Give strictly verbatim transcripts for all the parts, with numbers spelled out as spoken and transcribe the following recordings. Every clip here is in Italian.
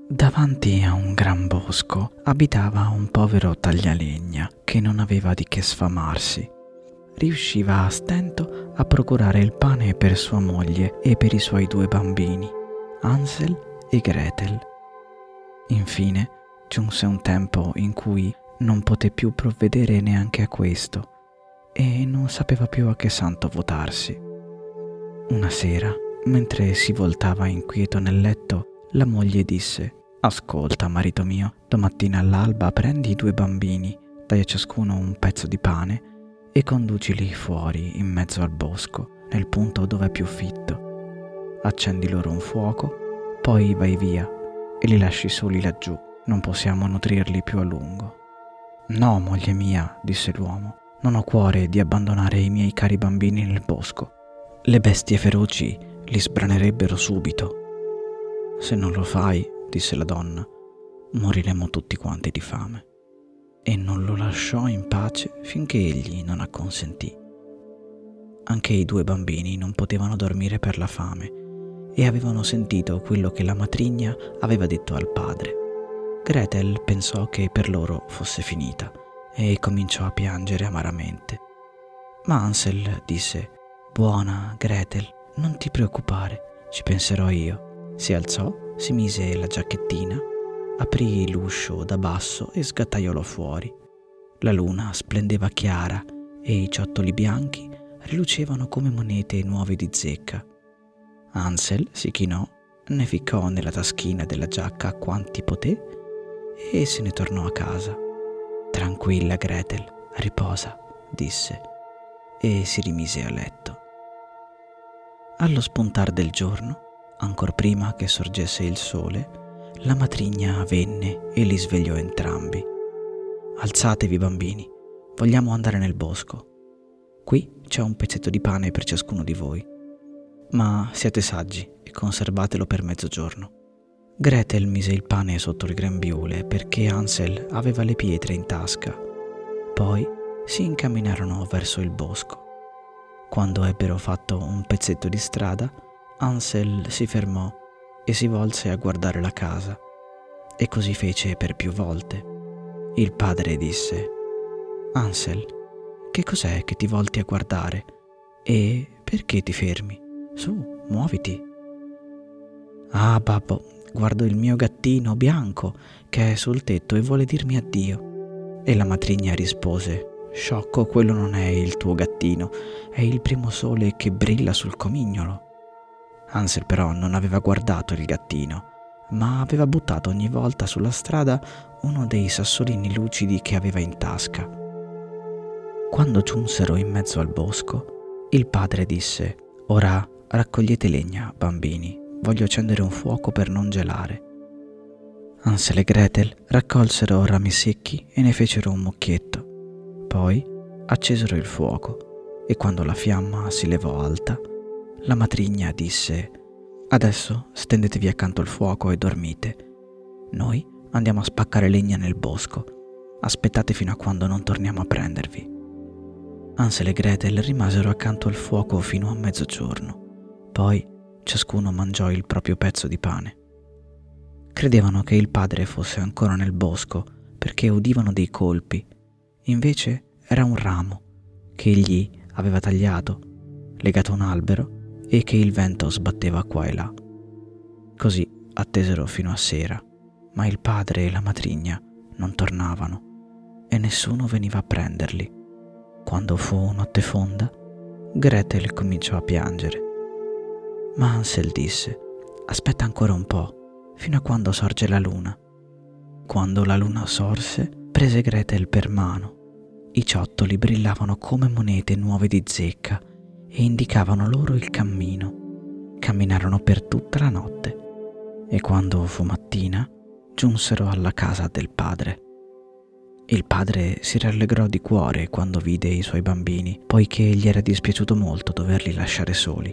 Davanti a un gran bosco abitava un povero taglialegna che non aveva di che sfamarsi. Riusciva a stento a procurare il pane per sua moglie e per i suoi due bambini, Hansel e Gretel. Infine giunse un tempo in cui non poté più provvedere neanche a questo e non sapeva più a che santo votarsi. Una sera, mentre si voltava inquieto nel letto, la moglie disse: «Ascolta, marito mio, domattina all'alba prendi i due bambini, dai a ciascuno un pezzo di pane e conducili fuori in mezzo al bosco, nel punto dove è più fitto. Accendi loro un fuoco, poi vai via e li lasci soli laggiù, non possiamo nutrirli più a lungo». «No, moglie mia», disse l'uomo, «non ho cuore di abbandonare i miei cari bambini nel bosco. Le bestie feroci li sbranerebbero subito». «Se non lo fai», disse la donna, «moriremo tutti quanti di fame». E non lo lasciò in pace finché egli non acconsentì. Anche i due bambini non potevano dormire per la fame e avevano sentito quello che la matrigna aveva detto al padre. Gretel pensò che per loro fosse finita e cominciò a piangere amaramente. Ma Hansel disse: «Buona Gretel, non ti preoccupare, ci penserò io». Si alzò, si mise la giacchettina, aprì l'uscio da basso e sgattaiolò fuori. La luna splendeva chiara e i ciottoli bianchi rilucevano come monete nuove di zecca. Hansel si chinò, ne ficcò nella taschina della giacca quanti poté e se ne tornò a casa. «Tranquilla Gretel, riposa», disse, e si rimise a letto. Allo spuntar del giorno, ancor prima che sorgesse il sole, la matrigna venne e li svegliò entrambi. «Alzatevi, bambini, vogliamo andare nel bosco. Qui c'è un pezzetto di pane per ciascuno di voi, ma siate saggi e conservatelo per mezzogiorno». Gretel mise il pane sotto il grembiule perché Hansel aveva le pietre in tasca. Poi si incamminarono verso il bosco. Quando ebbero fatto un pezzetto di strada, Hansel si fermò e si volse a guardare la casa, e così fece per più volte. Il padre disse: «Hansel, che cos'è che ti volti a guardare? E perché ti fermi? Su, muoviti». «Ah, babbo, guardo il mio gattino bianco che è sul tetto e vuole dirmi addio». E la matrigna rispose: «Sciocco, quello non è il tuo gattino, è il primo sole che brilla sul comignolo». Hansel però non aveva guardato il gattino, ma aveva buttato ogni volta sulla strada uno dei sassolini lucidi che aveva in tasca. Quando giunsero in mezzo al bosco, il padre disse: «Ora raccogliete legna, bambini, voglio accendere un fuoco per non gelare». Hansel e Gretel raccolsero rami secchi e ne fecero un mucchietto. Poi accesero il fuoco e quando la fiamma si levò alta, la matrigna disse: «Adesso stendetevi accanto al fuoco e dormite. Noi andiamo a spaccare legna nel bosco. Aspettate fino a quando non torniamo a prendervi». Hansel e Gretel rimasero accanto al fuoco fino a mezzogiorno. Poi ciascuno mangiò il proprio pezzo di pane. Credevano che il padre fosse ancora nel bosco perché udivano dei colpi. Invece era un ramo che egli aveva tagliato, legato a un albero, e che il vento sbatteva qua e là. Così attesero fino a sera, ma il padre e la matrigna non tornavano e nessuno veniva a prenderli. Quando fu notte fonda, Gretel cominciò a piangere. Ma Hansel disse: «Aspetta ancora un po', fino a quando sorge la luna». Quando la luna sorse, prese Gretel per mano. I ciottoli brillavano come monete nuove di zecca e indicavano loro il cammino. Camminarono per tutta la notte e quando fu mattina giunsero alla casa del padre. Il padre si rallegrò di cuore quando vide i suoi bambini, poiché gli era dispiaciuto molto doverli lasciare soli.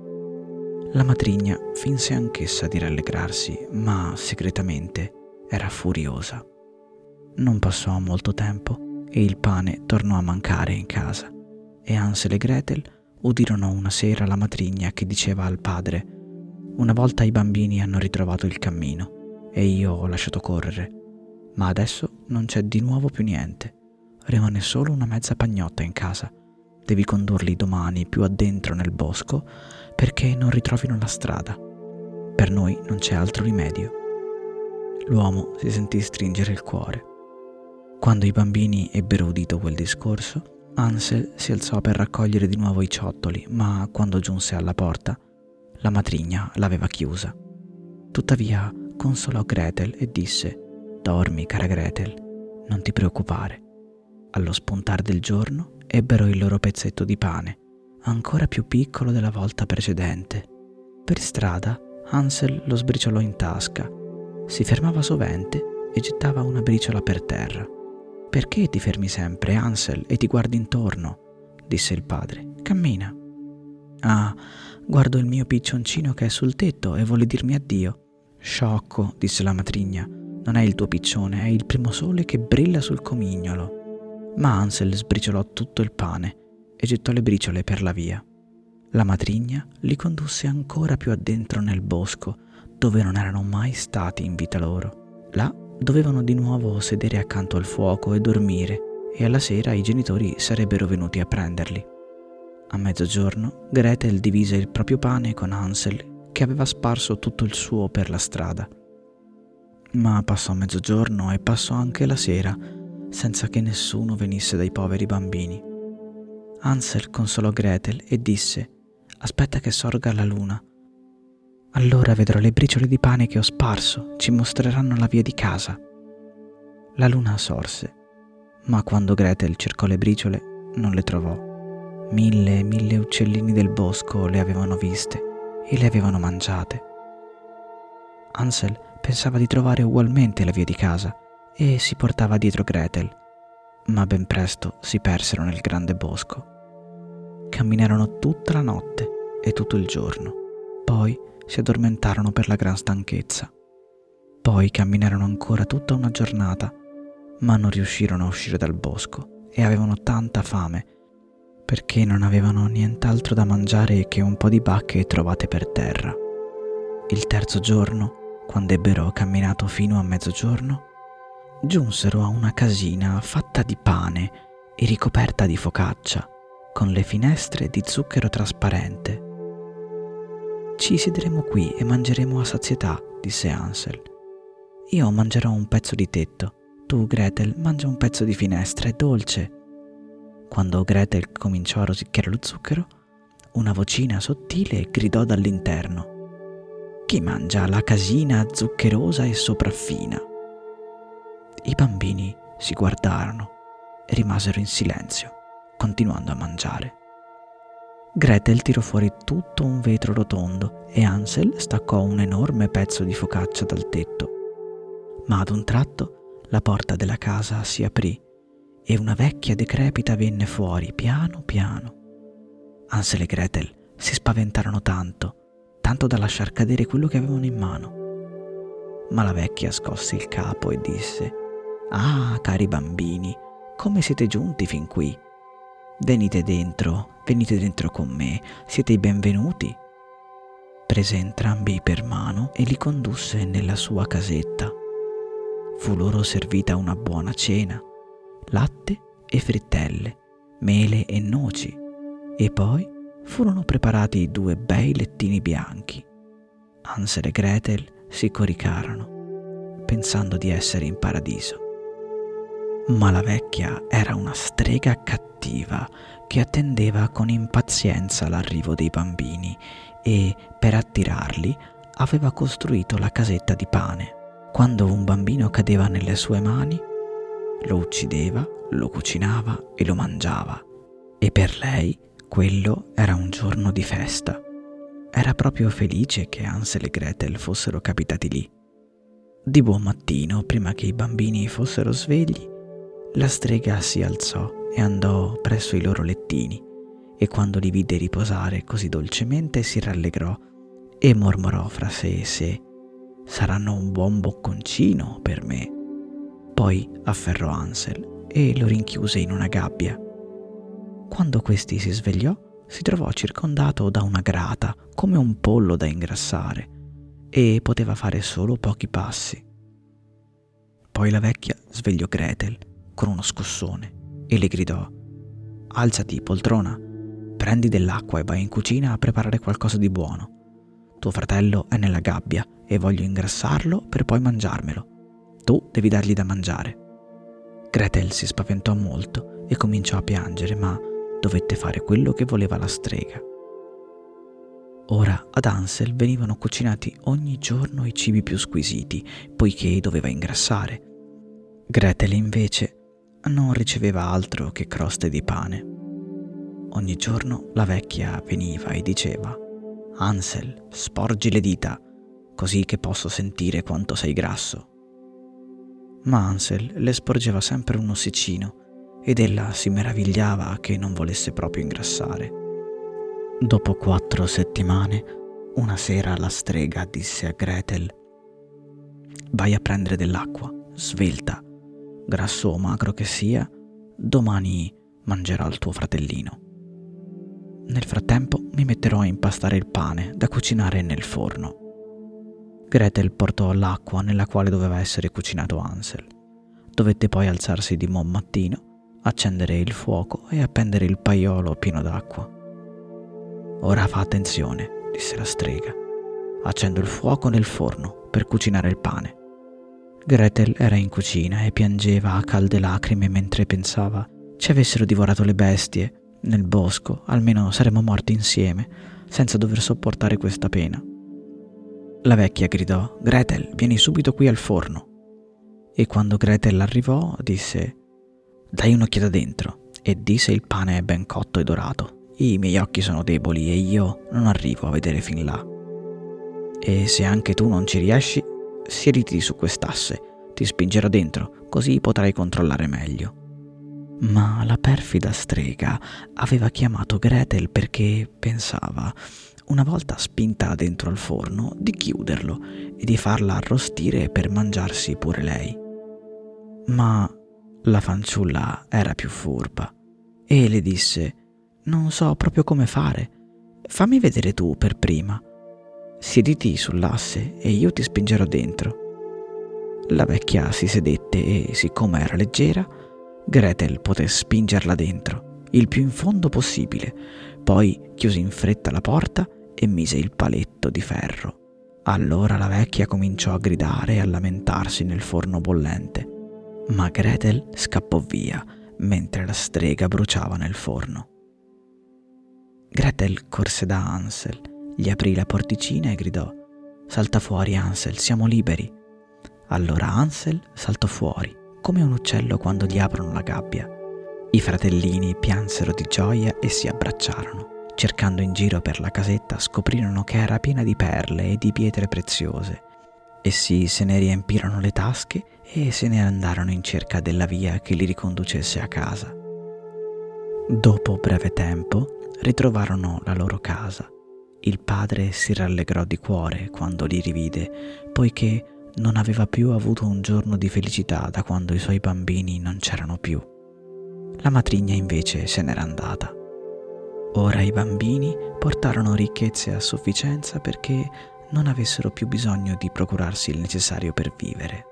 La matrigna finse anch'essa di rallegrarsi, ma segretamente era furiosa. Non passò molto tempo e il pane tornò a mancare in casa e Hansel e Gretel udirono una sera la matrigna che diceva al padre: «Una volta i bambini hanno ritrovato il cammino e io ho lasciato correre, ma adesso non c'è di nuovo più niente. Rimane solo una mezza pagnotta in casa. Devi condurli domani più addentro nel bosco perché non ritrovino la strada. Per noi non c'è altro rimedio. L'uomo si sentì stringere il cuore. Quando i bambini ebbero udito quel discorso, Hansel si alzò per raccogliere di nuovo i ciottoli, ma quando giunse alla porta, la matrigna l'aveva chiusa. Tuttavia consolò Gretel e disse: «Dormi, cara Gretel, non ti preoccupare». Allo spuntar del giorno ebbero il loro pezzetto di pane, ancora più piccolo della volta precedente. Per strada Hansel lo sbriciolò in tasca, si fermava sovente e gettava una briciola per terra. «Perché ti fermi sempre, Hansel, e ti guardi intorno?» disse il padre. «Cammina». «Ah, guardo il mio piccioncino che è sul tetto e vuole dirmi addio». «Sciocco», disse la matrigna, «non è il tuo piccione, è il primo sole che brilla sul comignolo». Ma Hansel sbriciolò tutto il pane e gettò le briciole per la via. La matrigna li condusse ancora più addentro nel bosco, dove non erano mai stati in vita loro. Là dovevano di nuovo sedere accanto al fuoco e dormire, e alla sera i genitori sarebbero venuti a prenderli. A mezzogiorno Gretel divise il proprio pane con Hansel, che aveva sparso tutto il suo per la strada. Ma passò mezzogiorno e passò anche la sera, senza che nessuno venisse dai poveri bambini. Hansel consolò Gretel e disse: «Aspetta che sorga la luna. Allora vedrò le briciole di pane che ho sparso, ci mostreranno la via di casa». La luna sorse, ma quando Gretel cercò le briciole non le trovò. Mille e mille uccellini del bosco le avevano viste e le avevano mangiate. Hansel pensava di trovare ugualmente la via di casa e si portava dietro Gretel, ma ben presto si persero nel grande bosco. Camminarono tutta la notte e tutto il giorno, poi si addormentarono per la gran stanchezza. Poi camminarono ancora tutta una giornata, ma non riuscirono a uscire dal bosco e avevano tanta fame perché non avevano nient'altro da mangiare che un po' di bacche trovate per terra. Il terzo giorno, quando ebbero camminato fino a mezzogiorno, giunsero a una casina fatta di pane e ricoperta di focaccia, con le finestre di zucchero trasparente. «Ci siederemo qui e mangeremo a sazietà», disse Hansel. «Io mangerò un pezzo di tetto, tu, Gretel, mangia un pezzo di finestra, è dolce». Quando Gretel cominciò a rosicchiare lo zucchero, una vocina sottile gridò dall'interno: «Chi mangia la casina zuccherosa e sopraffina?» I bambini si guardarono e rimasero in silenzio, continuando a mangiare. Gretel tirò fuori tutto un vetro rotondo e Hansel staccò un enorme pezzo di focaccia dal tetto. Ma ad un tratto la porta della casa si aprì e una vecchia decrepita venne fuori piano piano. Hansel e Gretel si spaventarono tanto, tanto da lasciar cadere quello che avevano in mano. Ma la vecchia scosse il capo e disse: «Ah, cari bambini, come siete giunti fin qui? Venite dentro, venite dentro con me, siete i benvenuti». Prese entrambi per mano e li condusse nella sua casetta. Fu loro servita una buona cena, latte e frittelle, mele e noci, e poi furono preparati due bei lettini bianchi. Hansel e Gretel si coricarono, pensando di essere in paradiso. Ma la vecchia era una strega cattiva che attendeva con impazienza l'arrivo dei bambini e, per attirarli, aveva costruito la casetta di pane. Quando un bambino cadeva nelle sue mani, lo uccideva, lo cucinava e lo mangiava. E per lei quello era un giorno di festa. Era proprio felice che Hansel e Gretel fossero capitati lì. Di buon mattino, prima che i bambini fossero svegli, la strega si alzò e andò presso i loro lettini, e quando li vide riposare così dolcemente si rallegrò e mormorò fra sé e sé: «Saranno un buon bocconcino per me». Poi afferrò Hansel e lo rinchiuse in una gabbia. Quando questi si svegliò, si trovò circondato da una grata, come un pollo da ingrassare, e poteva fare solo pochi passi. Poi la vecchia svegliò Gretel con uno scossone e le gridò: «Alzati, poltrona, prendi dell'acqua e vai in cucina a preparare qualcosa di buono. Tuo fratello è nella gabbia e voglio ingrassarlo per poi mangiarmelo. Tu devi dargli da mangiare». Gretel si spaventò molto e cominciò a piangere, ma dovette fare quello che voleva la strega. Ora ad Hansel venivano cucinati ogni giorno i cibi più squisiti, poiché doveva ingrassare. Gretel invece non riceveva altro che croste di pane. Ogni giorno la vecchia veniva e diceva: «Hansel, sporgi le dita, così che posso sentire quanto sei grasso». Ma Hansel le sporgeva sempre un ossicino ed ella si meravigliava che non volesse proprio ingrassare. Dopo quattro settimane, una sera la strega disse a Gretel: «Vai a prendere dell'acqua, svelta, grasso o magro che sia, domani mangerà il tuo fratellino. Nel frattempo mi metterò a impastare il pane da cucinare nel forno». Gretel portò l'acqua nella quale doveva essere cucinato Hansel. Dovette poi alzarsi di buon mattino, accendere il fuoco e appendere il paiolo pieno d'acqua. «Ora fa attenzione», disse la strega. «Accendo il fuoco nel forno per cucinare il pane». Gretel era in cucina e piangeva a calde lacrime mentre pensava: «Ci avessero divorato le bestie nel bosco, almeno saremmo morti insieme, senza dover sopportare questa pena». La vecchia gridò: «Gretel, vieni subito qui al forno». E quando Gretel arrivò disse: «Dai un'occhiata dentro e di se il pane è ben cotto e dorato. I miei occhi sono deboli e io non arrivo a vedere fin là. E se anche tu non ci riesci, siediti su quest'asse, ti spingerò dentro, così potrai controllare meglio». Ma la perfida strega aveva chiamato Gretel perché pensava, una volta spinta dentro al forno, di chiuderlo e di farla arrostire per mangiarsi pure lei. Ma la fanciulla era più furba e le disse: «Non so proprio come fare, fammi vedere tu per prima. Siediti sull'asse e io ti spingerò dentro». La vecchia si sedette e, siccome era leggera, Gretel poté spingerla dentro, il più in fondo possibile, poi chiuse in fretta la porta e mise il paletto di ferro. Allora la vecchia cominciò a gridare e a lamentarsi nel forno bollente, ma Gretel scappò via mentre la strega bruciava nel forno. Gretel corse da Hansel, gli aprì la porticina e gridò: «Salta fuori, Hansel, siamo liberi». Allora Hansel saltò fuori, come un uccello quando gli aprono la gabbia. I fratellini piansero di gioia e si abbracciarono. Cercando in giro per la casetta scoprirono che era piena di perle e di pietre preziose. Essi se ne riempirono le tasche e se ne andarono in cerca della via che li riconducesse a casa. Dopo breve tempo ritrovarono la loro casa. Il padre si rallegrò di cuore quando li rivide, poiché non aveva più avuto un giorno di felicità da quando i suoi bambini non c'erano più. La matrigna invece se n'era andata. Ora i bambini portarono ricchezze a sufficienza perché non avessero più bisogno di procurarsi il necessario per vivere.